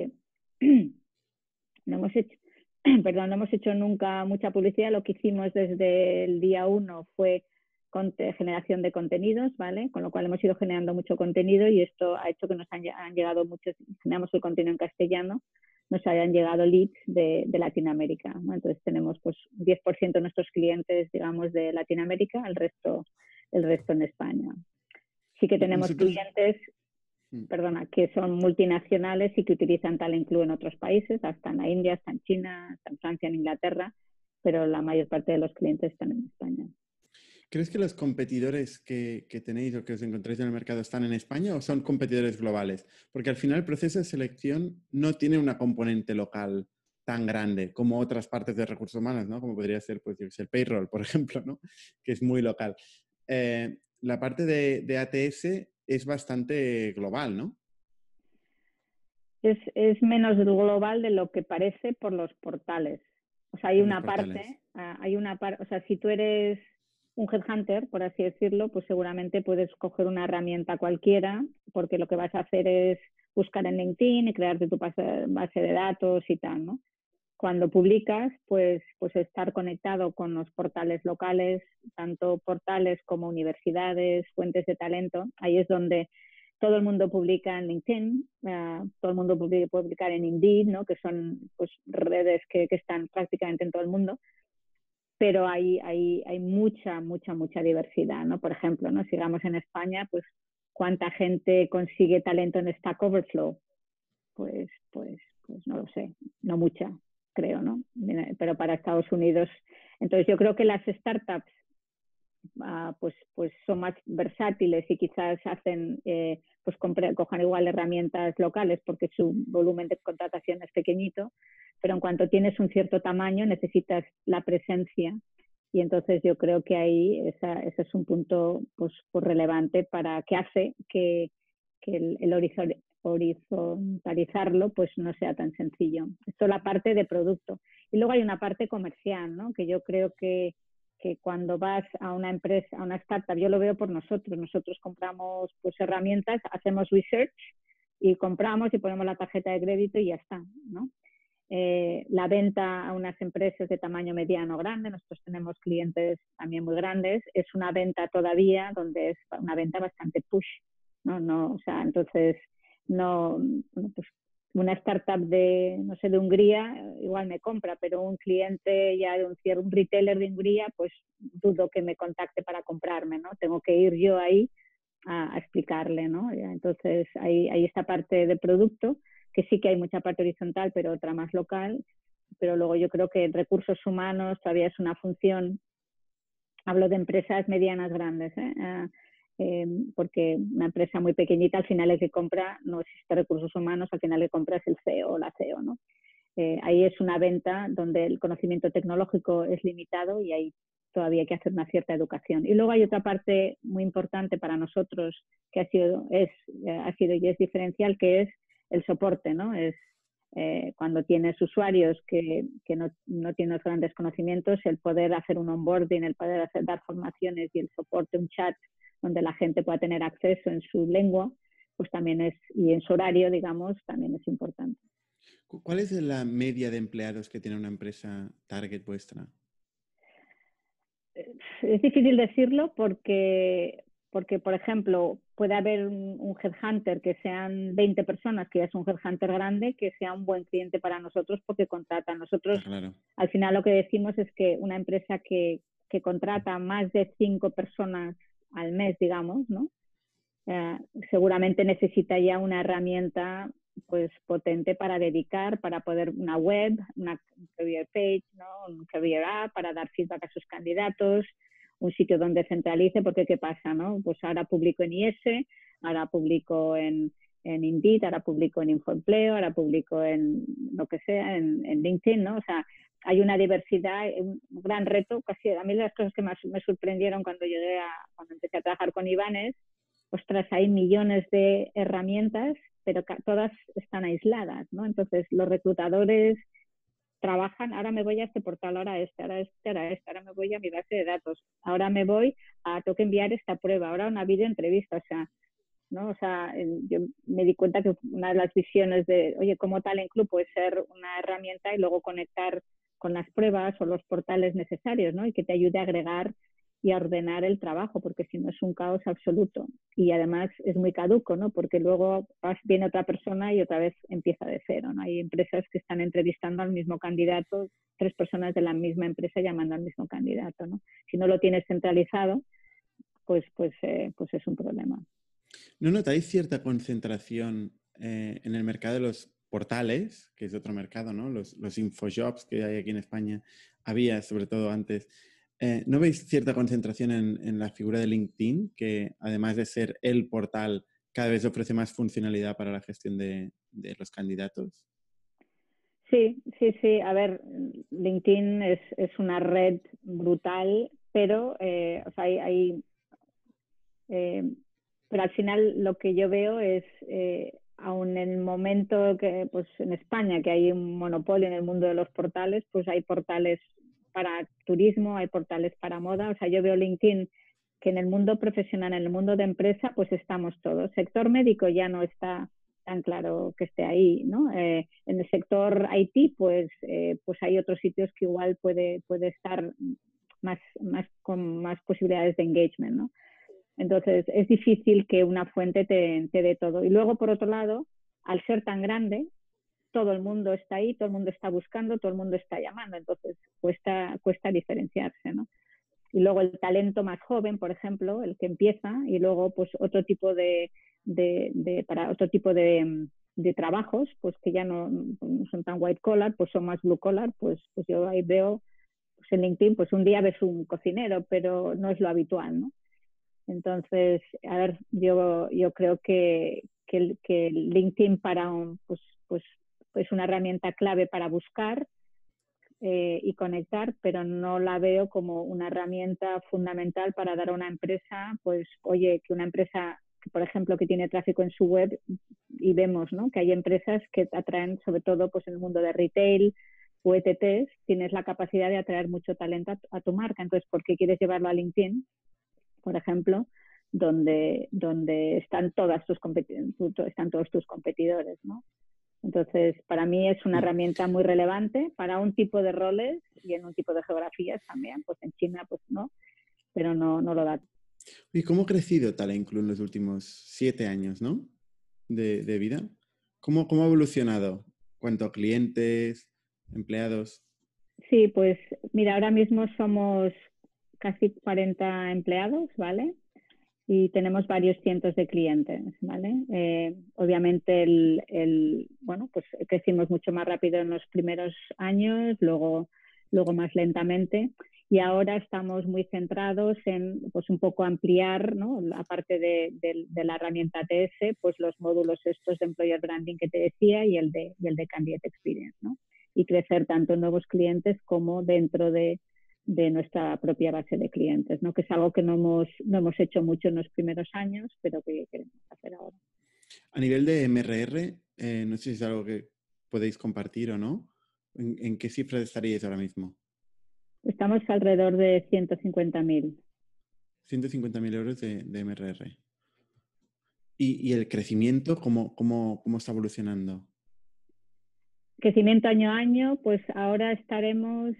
no hemos hecho nunca mucha publicidad. Lo que hicimos desde el día 1 fue generación de contenidos, ¿vale? Con lo cual hemos ido generando mucho contenido y esto ha hecho que nos han llegado generamos el contenido en castellano, nos hayan llegado leads de Latinoamérica, ¿no? Entonces tenemos pues un 10% de nuestros clientes, digamos, de Latinoamérica, el resto en España. Sí que tenemos clientes, perdona, que son multinacionales y que utilizan Talent Club en otros países, hasta en la India, hasta en China, hasta en Francia, en Inglaterra, pero la mayor parte de los clientes están en España. ¿Crees que los competidores que tenéis o que os encontráis en el mercado están en España o son competidores globales? Porque al final el proceso de selección no tiene una componente local tan grande como otras partes de recursos humanos, ¿no? Como podría ser, pues, el payroll, por ejemplo, ¿no? Que es muy local. La parte de ATS es bastante global, ¿no? Es menos global de lo que parece por los portales. O sea, hay una parte, o sea, si tú eres un headhunter, por así decirlo, pues seguramente puedes coger una herramienta cualquiera, porque lo que vas a hacer es buscar en LinkedIn y crearte tu base de datos y tal, ¿no? Cuando publicas, pues estar conectado con los portales locales, tanto portales como universidades, fuentes de talento, ahí es donde todo el mundo publica en LinkedIn, todo el mundo puede publicar en Indeed, ¿no? Que son pues, redes que están prácticamente en todo el mundo, pero hay mucha diversidad, ¿no? Por ejemplo, ¿no? Sigamos en España, pues ¿cuánta gente consigue talento en Stack Overflow? Pues no lo sé, no mucha, creo, ¿no? Pero para Estados Unidos, entonces yo creo que las startups pues son más versátiles y quizás hacen, pues cojan igual herramientas locales porque su volumen de contratación es pequeñito, pero en cuanto tienes un cierto tamaño necesitas la presencia y entonces yo creo que ahí ese es un punto pues relevante para que hace que el horizontalizarlo pues no sea tan sencillo. Esto es la parte de producto. Y luego hay una parte comercial, ¿no? Que yo creo que cuando vas a una empresa, a una startup, yo lo veo por nosotros compramos pues herramientas, hacemos research y compramos y ponemos la tarjeta de crédito y ya está, ¿no? La venta a unas empresas de tamaño mediano o grande, nosotros tenemos clientes también muy grandes, es una venta todavía donde es una venta bastante push, ¿no? O sea, entonces, pues una startup de, no sé, de Hungría igual me compra, pero un cliente ya de un retailer de Hungría, pues dudo que me contacte para comprarme, ¿no? Tengo que ir yo ahí a explicarle, ¿no? Entonces, hay esta parte de producto, que sí que hay mucha parte horizontal, pero otra más local, pero luego yo creo que recursos humanos todavía es una función, hablo de empresas medianas grandes, porque una empresa muy pequeñita al final el que compra no existe recursos humanos, al final el que compra es el CEO o la CEO, ¿no? Ahí es una venta donde el conocimiento tecnológico es limitado y ahí todavía hay que hacer una cierta educación. Y luego hay otra parte muy importante para nosotros que ha sido y es diferencial, que es el soporte, ¿no? Es cuando tienes usuarios que no tienen los grandes conocimientos, el poder hacer un onboarding, el poder dar formaciones y el soporte, un chat donde la gente pueda tener acceso en su lengua, pues también y en su horario, digamos, también es importante. ¿Cuál es la media de empleados que tiene una empresa target vuestra? Es difícil decirlo porque, por ejemplo, puede haber un headhunter que sean 20 personas, que ya es un headhunter grande, que sea un buen cliente para nosotros porque contrata. Nosotros, claro. Al final, lo que decimos es que una empresa que contrata más de 5 personas al mes, digamos, ¿no? Seguramente necesita ya una herramienta pues potente para dedicar, para poder una web, una career page, ¿no? Un career app para dar feedback a sus candidatos, un sitio donde centralice, porque ¿qué pasa, no? Pues ahora publico en IS, ahora publico en Indeed, ahora publico en Infoempleo, ahora publico en lo que sea, en LinkedIn, ¿no? O sea, hay una diversidad, un gran reto. Casi a mí las cosas que más me sorprendieron cuando empecé a trabajar con Iván es, ostras, hay millones de herramientas, pero todas están aisladas, ¿no? Entonces, los reclutadores trabajan, ahora me voy a este portal, ahora me voy a mi base de datos, ahora me voy tengo que enviar esta prueba, ahora una videoentrevista, o sea, ¿no? O sea, yo me di cuenta que una de las visiones de, oye, como Talent Club puede ser una herramienta y luego conectar con las pruebas o los portales necesarios, ¿no? Y que te ayude a agregar y a ordenar el trabajo, porque si no es un caos absoluto. Y además es muy caduco, ¿no? Porque luego viene otra persona y otra vez empieza de cero, ¿no? Hay empresas que están entrevistando al mismo candidato, 3 personas de la misma empresa llamando al mismo candidato, ¿no? Si no lo tienes centralizado, pues es un problema. ¿No notáis cierta concentración en el mercado de los portales, que es otro mercado, ¿no? Los infojobs que hay aquí en España, había sobre todo antes. ¿No veis cierta concentración en la figura de LinkedIn, que además de ser el portal, cada vez ofrece más funcionalidad para la gestión de los candidatos? Sí. A ver, LinkedIn es una red brutal, pero pero al final lo que yo veo es, aun en el momento que, pues en España, que hay un monopolio en el mundo de los portales, pues hay portales para turismo, hay portales para moda. O sea, yo veo LinkedIn que en el mundo profesional, en el mundo de empresa, pues estamos todos. Sector médico ya no está tan claro que esté ahí, ¿no? En el sector IT, pues hay otros sitios que igual puede estar con más posibilidades de engagement, ¿no? Entonces, es difícil que una fuente te dé todo. Y luego, por otro lado, al ser tan grande, todo el mundo está ahí, todo el mundo está buscando, todo el mundo está llamando. Entonces, cuesta diferenciarse, ¿no? Y luego el talento más joven, por ejemplo, el que empieza, y luego pues otro tipo para otro tipo de trabajos, pues que ya no son tan white collar, pues son más blue collar, pues yo ahí veo, pues en LinkedIn, pues un día ves un cocinero, pero no es lo habitual, ¿no? Entonces, a ver, yo creo que LinkedIn es una herramienta clave para buscar y conectar, pero no la veo como una herramienta fundamental para dar a una empresa, pues, oye, que una empresa, que, por ejemplo, que tiene tráfico en su web, y vemos, ¿no?, que hay empresas que atraen, sobre todo pues en el mundo de retail o ETTs, tienes la capacidad de atraer mucho talento a tu marca. Entonces, ¿por qué quieres llevarlo a LinkedIn, por ejemplo, donde están todos tus competidores, ¿no? Entonces, para mí es una herramienta muy relevante para un tipo de roles y en un tipo de geografías también. Pues en China, pues no, pero no lo da. ¿Y cómo ha crecido Talent Club en los últimos 7 años, ¿no? de vida? ¿Cómo ha evolucionado? ¿Cuánto a clientes, empleados? Sí, pues mira, ahora mismo somos casi 40 empleados, ¿vale? Y tenemos varios cientos de clientes, ¿vale? Obviamente pues crecimos mucho más rápido en los primeros años, luego más lentamente, y ahora estamos muy centrados en, pues, un poco ampliar, ¿no?, aparte de la herramienta TS, pues los módulos estos de Employer Branding que te decía y el de Candidate Experience, ¿no? Y crecer tanto en nuevos clientes como dentro de nuestra propia base de clientes, ¿no?, que es algo que no hemos hecho mucho en los primeros años, pero que queremos hacer ahora. A nivel de MRR, no sé si es algo que podéis compartir o no. ¿En qué cifras estaríais ahora mismo? Estamos alrededor de 150.000. 150.000 euros de MRR. ¿Y el crecimiento, cómo está evolucionando? Crecimiento año a año, pues ahora estaremos,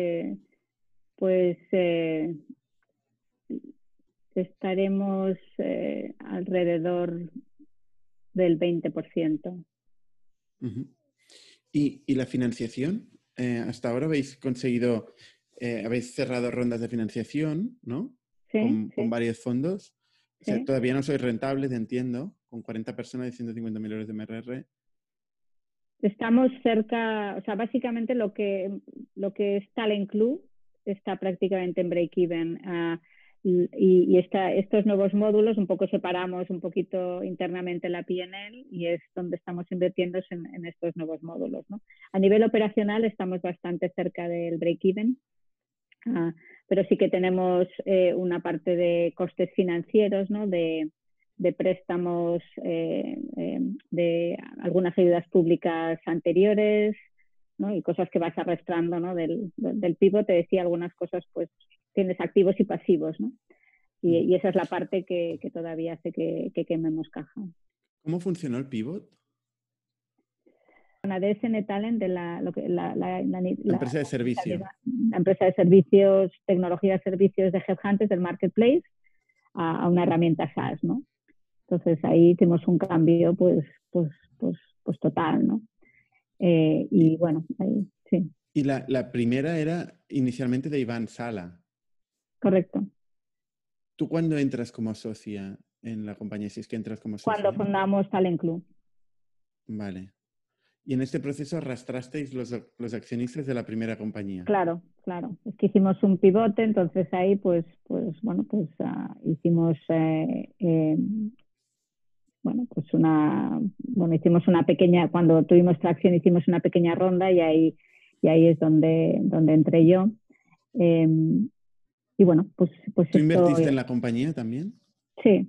alrededor del 20%. Uh-huh. ¿Y la financiación? Hasta ahora habéis conseguido, habéis cerrado rondas de financiación, ¿no? Sí. Con varios fondos. O sea, Sí. todavía no sois rentables, entiendo, con 40 personas y 150.000 euros de MRR. Estamos cerca, o sea, básicamente lo que es Talent Club está prácticamente en break-even. Y estos nuevos módulos, un poco separamos un poquito internamente la P&L y es donde estamos invirtiendo en estos nuevos módulos, ¿no? A nivel operacional estamos bastante cerca del break-even, pero sí que tenemos una parte de costes financieros, ¿no?, de préstamos, de algunas ayudas públicas anteriores, ¿no?, y cosas que vas arrastrando, ¿no?, del pivot. Te decía algunas cosas, pues tienes activos y pasivos, ¿no? Y esa es la parte que todavía hace que quememos caja. ¿Cómo funcionó el pivot? Una DSN Talent de la empresa de servicio. una empresa de servicios, tecnología de servicios de headhunters del marketplace a una herramienta SaaS, ¿no? Entonces ahí hicimos un cambio pues total, ¿no? Y bueno, ahí, sí. Y la primera era inicialmente de Iván Sala. Correcto. ¿Tú cuándo entras como socia en la compañía? Si es que entras como socia. Cuando fundamos Talent Club. Vale. Y en este proceso arrastrasteis los accionistas de la primera compañía. Claro. Es que hicimos un pivote, entonces ahí hicimos hicimos una pequeña, cuando tuvimos tracción hicimos una pequeña ronda y ahí es donde entré yo. Y bueno, pues ¿Tú invertiste en la compañía también? Sí.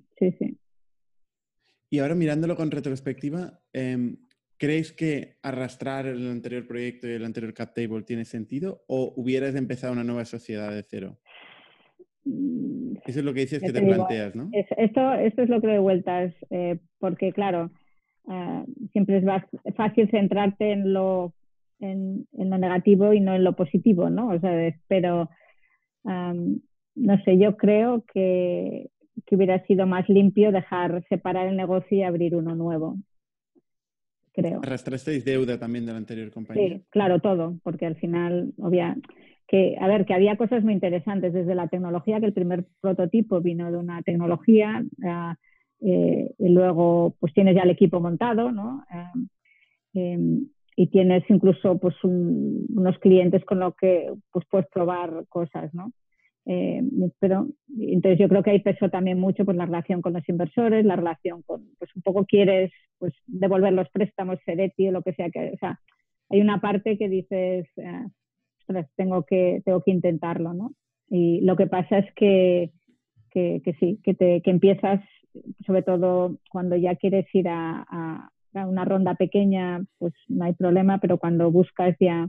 Y ahora mirándolo con retrospectiva, ¿crees que arrastrar el anterior proyecto y el anterior cap table tiene sentido o hubieras empezado una nueva sociedad de cero? Eso es lo que dices que te planteas, ¿no? Esto es lo que doy vueltas, porque claro, siempre es fácil centrarte en lo negativo y no en lo positivo, ¿no? O sea, pero no sé, yo creo que hubiera sido más limpio dejar separar el negocio y abrir uno nuevo. Creo. ¿Arrastrasteis deuda también de la anterior compañía? Sí, claro, todo, porque al final, que había cosas muy interesantes desde la tecnología, que el primer prototipo vino de una tecnología, y luego pues tienes ya el equipo montado, ¿no? Y tienes incluso pues unos clientes con los que pues puedes probar cosas, ¿no? Pero entonces yo creo que ahí pesó también mucho pues la relación con los inversores, la relación con, pues un poco quieres pues devolver los préstamos, Fedeti o lo que sea, o sea, hay una parte que dices, tengo que intentarlo, ¿no? Y lo que pasa es que sí, que empiezas, sobre todo cuando ya quieres ir a una ronda pequeña, pues no hay problema, pero cuando buscas ya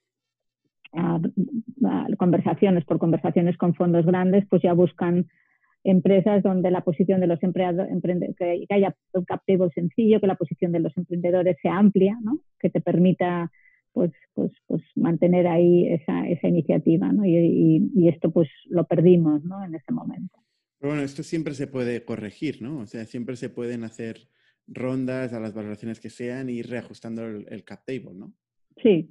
conversaciones con fondos grandes, pues ya buscan empresas donde la posición de los empleados, que haya un cap table sencillo, que la posición de los emprendedores sea amplia, ¿no? Que te permita pues mantener ahí esa iniciativa, ¿no? Y esto pues lo perdimos, ¿no? En ese momento. Pero bueno, esto siempre se puede corregir, ¿no? O sea, siempre se pueden hacer rondas a las valoraciones que sean y ir reajustando el cap table, ¿no? Sí.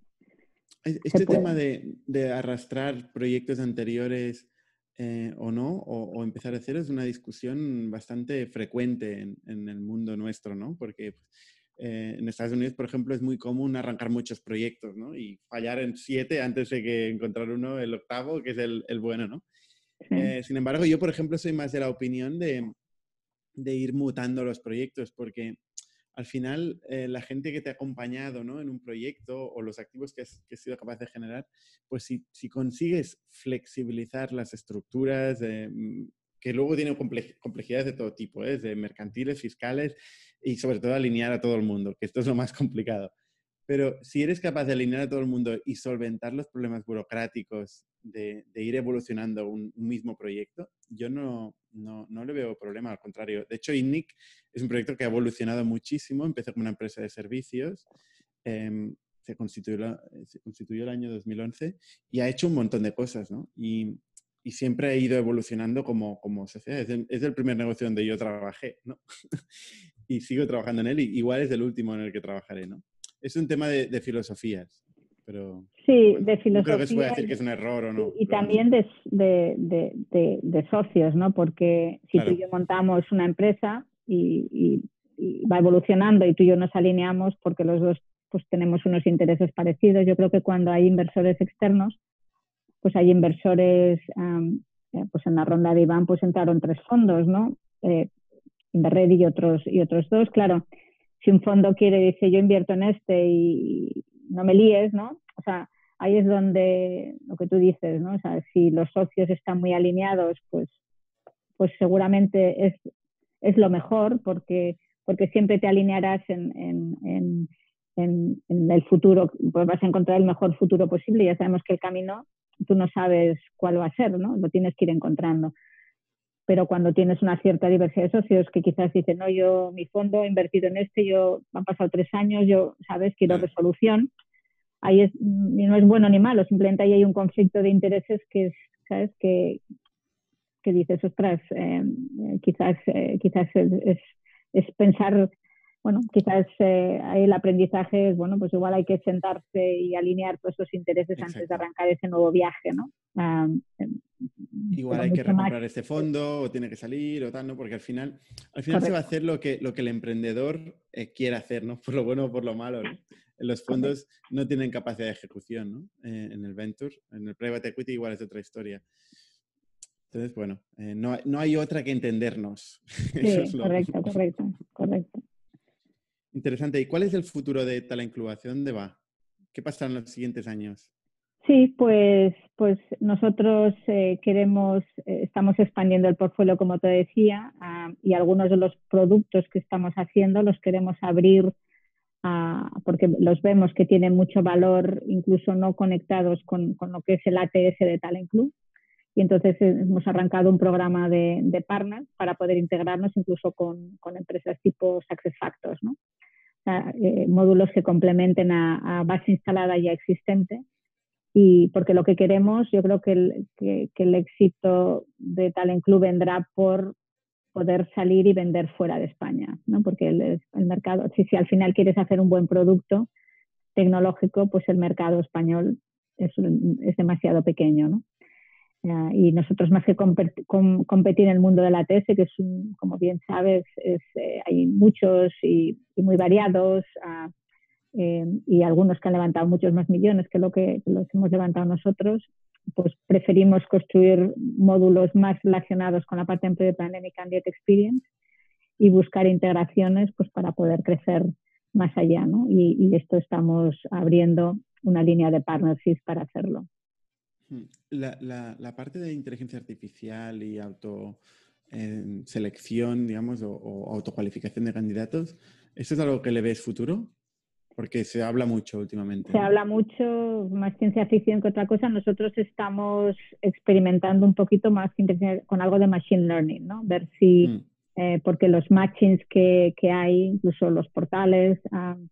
Este tema de arrastrar proyectos anteriores o no, o empezar de cero, es una discusión bastante frecuente en el mundo nuestro, ¿no? Porque en Estados Unidos, por ejemplo, es muy común arrancar muchos proyectos, ¿no? Y fallar en 7 antes de que encontrar uno, el octavo, que es el bueno, ¿no? Sí. Sin embargo, yo, por ejemplo, soy más de la opinión de ir mutando los proyectos, porque al final la gente que te ha acompañado, ¿no? En un proyecto o los activos que has sido capaz de generar, pues si consigues flexibilizar las estructuras, que luego tienen complejidades de todo tipo, de mercantiles, fiscales y sobre todo alinear a todo el mundo, que esto es lo más complicado. Pero si eres capaz de alinear a todo el mundo y solventar los problemas burocráticos de ir evolucionando un mismo proyecto, yo no le veo problema, al contrario. De hecho, INNIC es un proyecto que ha evolucionado muchísimo. Empezó como una empresa de servicios, se constituyó el año 2011 y ha hecho un montón de cosas, ¿no? Y siempre ha ido evolucionando como sociedad. Es el primer negocio donde yo trabajé, ¿no? Y sigo trabajando en él, y igual es el último en el que trabajaré, ¿no? Es un tema de filosofías, pero... Sí, bueno, de filosofía. No creo que se pueda decir que es un error o no. Y también de socios, ¿no? Porque si claro, tú y yo montamos una empresa y va evolucionando y tú y yo nos alineamos porque los dos pues tenemos unos intereses parecidos, yo creo que cuando hay inversores externos, pues hay inversores, pues en la ronda de Iván pues entraron 3 fondos, ¿no? Inverred y otros 2, claro. Si un fondo dice yo invierto en este y no me líes, ¿no? O sea, ahí es donde lo que tú dices, ¿no? O sea, si los socios están muy alineados, pues seguramente es lo mejor porque siempre te alinearás en el futuro, pues vas a encontrar el mejor futuro posible. Ya sabemos que el camino tú no sabes cuál va a ser, ¿no? Lo tienes que ir encontrando. Pero cuando tienes una cierta diversidad de socios que quizás dicen, no, yo mi fondo he invertido en este, han pasado 3 años, yo, ¿sabes? Quiero resolución. no es bueno ni malo, simplemente ahí hay un conflicto de intereses que es, ¿sabes? Que dices, ostras, quizás es pensar, bueno, quizás ahí el aprendizaje es, bueno, pues igual hay que sentarse y alinear todos esos intereses antes de Exacto. arrancar ese nuevo viaje, ¿no? Igual Pero hay que mucho más, recomprar este fondo o tiene que salir o tal, ¿no? Porque al final se va a correcto, hacer lo que el emprendedor quiere hacer, ¿no? Por lo bueno o por lo malo, ¿no? Los correcto. fondos no tienen capacidad de ejecución, ¿no? En el venture, en el private equity igual es otra historia. Entonces, bueno, no hay otra que entendernos. Eso es Sí, lo correcto. interesante. ¿Y cuál es el futuro de Talent Club? ¿Hacia dónde va? ¿Qué pasará en los siguientes años? Sí, pues nosotros estamos expandiendo el portfolio, como te decía, y algunos de los productos que estamos haciendo los queremos abrir porque los vemos que tienen mucho valor, incluso no conectados con lo que es el ATS de Talent Club. Y entonces hemos arrancado un programa de partners para poder integrarnos incluso con empresas tipo SuccessFactors, ¿no? O sea, módulos que complementen a base instalada ya existente. Y porque lo que queremos, yo creo que el éxito de Talent Club vendrá por poder salir y vender fuera de España, ¿no? Porque el mercado, si al final quieres hacer un buen producto tecnológico, pues el mercado español es demasiado pequeño, ¿no? Y nosotros más que competir en el mundo de la TS, que es como bien sabes, hay muchos y muy variados, y algunos que han levantado muchos más millones que los hemos levantado nosotros, pues preferimos construir módulos más relacionados con la parte de Employer Branding y Candidate Experience y buscar integraciones pues para poder crecer más allá, ¿no? Y esto estamos abriendo una línea de partnerships para hacerlo. La parte de inteligencia artificial y selección, digamos, o autocualificación de candidatos, ¿eso es algo que le ves futuro? Porque se habla mucho últimamente, Se ¿no? habla mucho, más ciencia ficción que otra cosa. Nosotros estamos experimentando un poquito más con algo de machine learning, ¿no? Ver si, Mm. porque los matchings que hay, incluso los portales,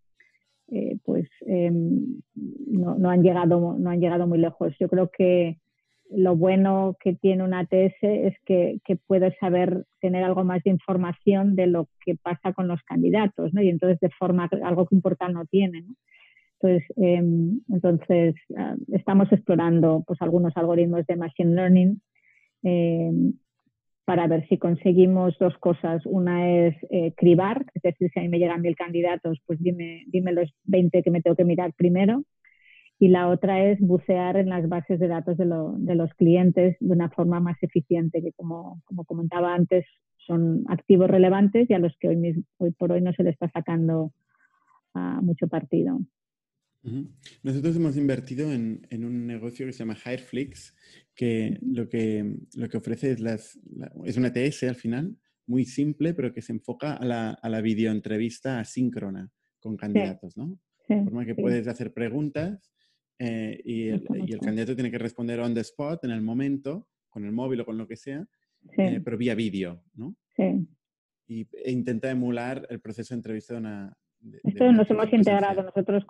no han llegado muy lejos. Yo creo que lo bueno que tiene una ATS es que puedes tener algo más de información de lo que pasa con los candidatos, ¿no? Y entonces de forma, algo que un portal no tiene, ¿no? Entonces estamos explorando pues, algunos algoritmos de machine learning eh, para ver si conseguimos dos cosas. Una es cribar, es decir, si a mí me llegan 1000 candidatos, pues dime los 20 que me tengo que mirar primero. Y la otra es bucear en las bases de datos de los clientes de una forma más eficiente, que como comentaba antes, son activos relevantes y a los que hoy por hoy no se le está sacando mucho partido. Uh-huh. Nosotros hemos invertido en un negocio que se llama Hireflix, que lo que ofrece es una TS al final, muy simple, pero que se enfoca a la videoentrevista asíncrona con Sí, candidatos, ¿no? sí, De forma que sí, puedes hacer preguntas y lo el conozco. candidato tiene que responder on the spot, en el momento, con el móvil o con lo que sea, Sí, pero vía vídeo, ¿no? sí. E intenta emular el proceso de entrevista de Esto una nos hemos entrevista integrado presencial. nosotros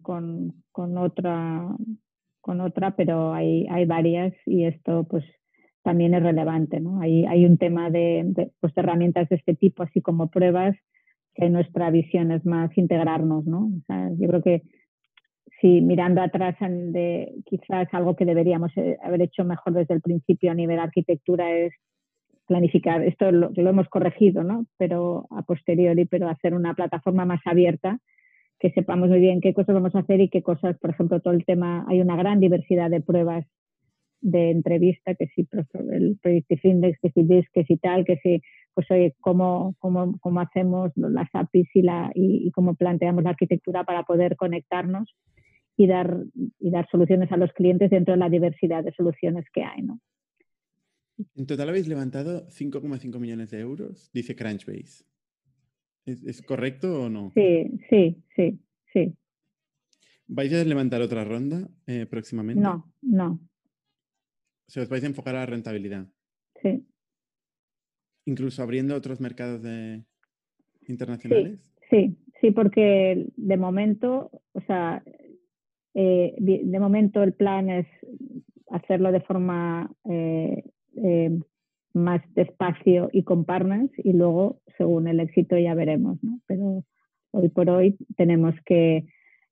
con otra, pero hay varias y esto pues también es relevante, ¿no? Hay un tema pues, de herramientas de este tipo, así como pruebas, que nuestra visión es más integrarnos, ¿no? O sea, yo creo que si mirando atrás quizás algo que deberíamos haber hecho mejor desde el principio a nivel arquitectura es planificar, esto lo hemos corregido, ¿no? Pero a posteriori, pero hacer una plataforma más abierta, que sepamos muy bien qué cosas vamos a hacer y qué cosas, por ejemplo, todo el tema, hay una gran diversidad de pruebas de entrevista, que si el Predictive Index, que si DISC, que si tal, que si, pues oye, cómo hacemos las APIs y cómo planteamos la arquitectura para poder conectarnos y dar soluciones a los clientes dentro de la diversidad de soluciones que hay, ¿no? En total habéis levantado 5,5 millones de euros, dice Crunchbase. ¿Es correcto o no? Sí. ¿Vais a levantar otra ronda próximamente? No, O sea, os vais a enfocar a la rentabilidad. sí. Incluso abriendo otros mercados internacionales. Sí, porque de momento, o sea, De momento el plan es hacerlo de forma más despacio y con partners, y luego, según el éxito, ya veremos, ¿no? Pero hoy por hoy tenemos que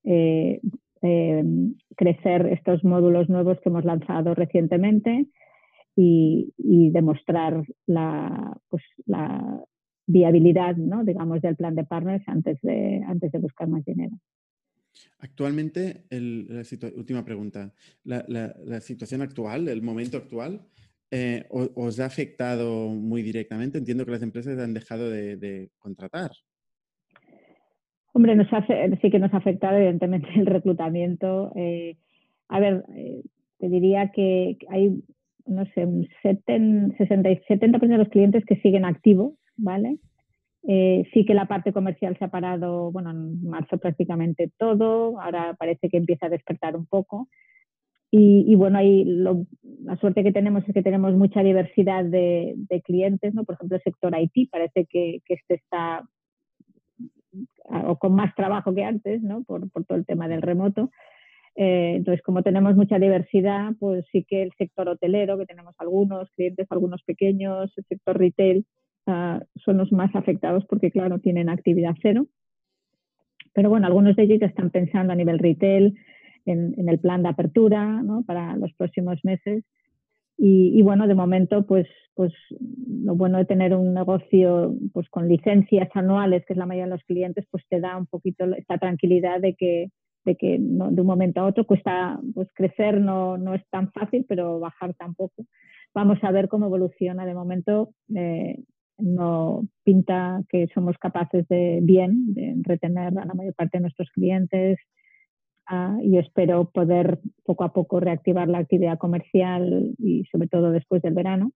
crecer estos módulos nuevos que hemos lanzado recientemente y demostrar la viabilidad, ¿no? digamos, del plan de partners antes de buscar más dinero. Actualmente, última pregunta, la situación actual, el momento actual, ¿os ha afectado muy directamente? Entiendo que las empresas han dejado de contratar. Hombre, sí que nos ha afectado evidentemente el reclutamiento. Te diría que hay, no sé, un 70% de los clientes que siguen activos, ¿vale? Sí que la parte comercial se ha parado, bueno, en marzo prácticamente todo, ahora parece que empieza a despertar un poco. Y bueno, la suerte que tenemos es que tenemos mucha diversidad de clientes, ¿no? Por ejemplo, el sector IT parece que está o con más trabajo que antes, ¿no? por todo el tema del remoto. Entonces, como tenemos mucha diversidad, pues sí que el sector hotelero, que tenemos algunos clientes, algunos pequeños, el sector retail, son los más afectados porque, claro, tienen actividad cero. Pero bueno, algunos de ellos ya están pensando a nivel retail en el plan de apertura, ¿no? para los próximos meses. Y bueno, de momento, pues lo bueno de tener un negocio pues con licencias anuales, que es la mayoría de los clientes, pues te da un poquito esta tranquilidad de que no, de un momento a otro cuesta pues crecer, no es tan fácil, pero bajar tampoco. Vamos a ver cómo evoluciona. De momento no pinta que somos capaces de retener a la mayor parte de nuestros clientes. Y espero poder poco a poco reactivar la actividad comercial y sobre todo después del verano.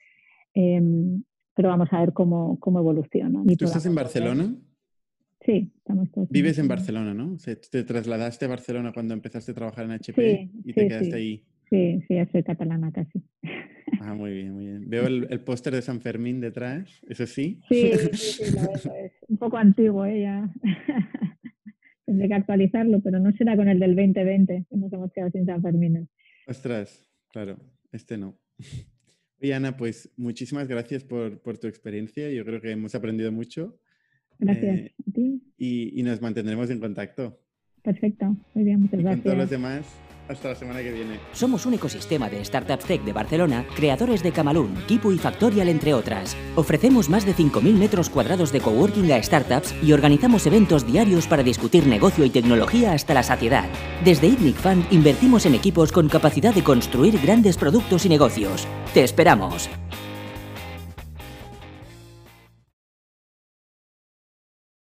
Pero vamos a ver cómo evoluciona. ¿Tú estás en Barcelona? Sí, estamos todos. Vives en Barcelona, ¿no? ¿Te trasladaste a Barcelona cuando empezaste a trabajar en HP y te quedaste ahí? Sí, ya soy catalana casi. Muy bien, muy bien. Veo el póster de San Fermín detrás, ¿eso sí? Sí, la verdad es un poco antiguo, ya. Tendré que actualizarlo, pero no será con el del 2020, que nos hemos quedado sin San Fermín. Ostras, claro, no. Oye, Ana, pues muchísimas gracias por tu experiencia. Yo creo que hemos aprendido mucho. Gracias a ti. Y nos mantendremos en contacto. Perfecto, muy bien, muchas gracias. Con todos los demás, hasta la semana que viene. Somos un ecosistema de startups tech de Barcelona, creadores de Camalún, Kipu y Factorial, entre otras. Ofrecemos más de 5.000 metros cuadrados de coworking a startups y organizamos eventos diarios para discutir negocio y tecnología hasta la saciedad. Desde ITNIC Fund invertimos en equipos con capacidad de construir grandes productos y negocios. ¡Te esperamos!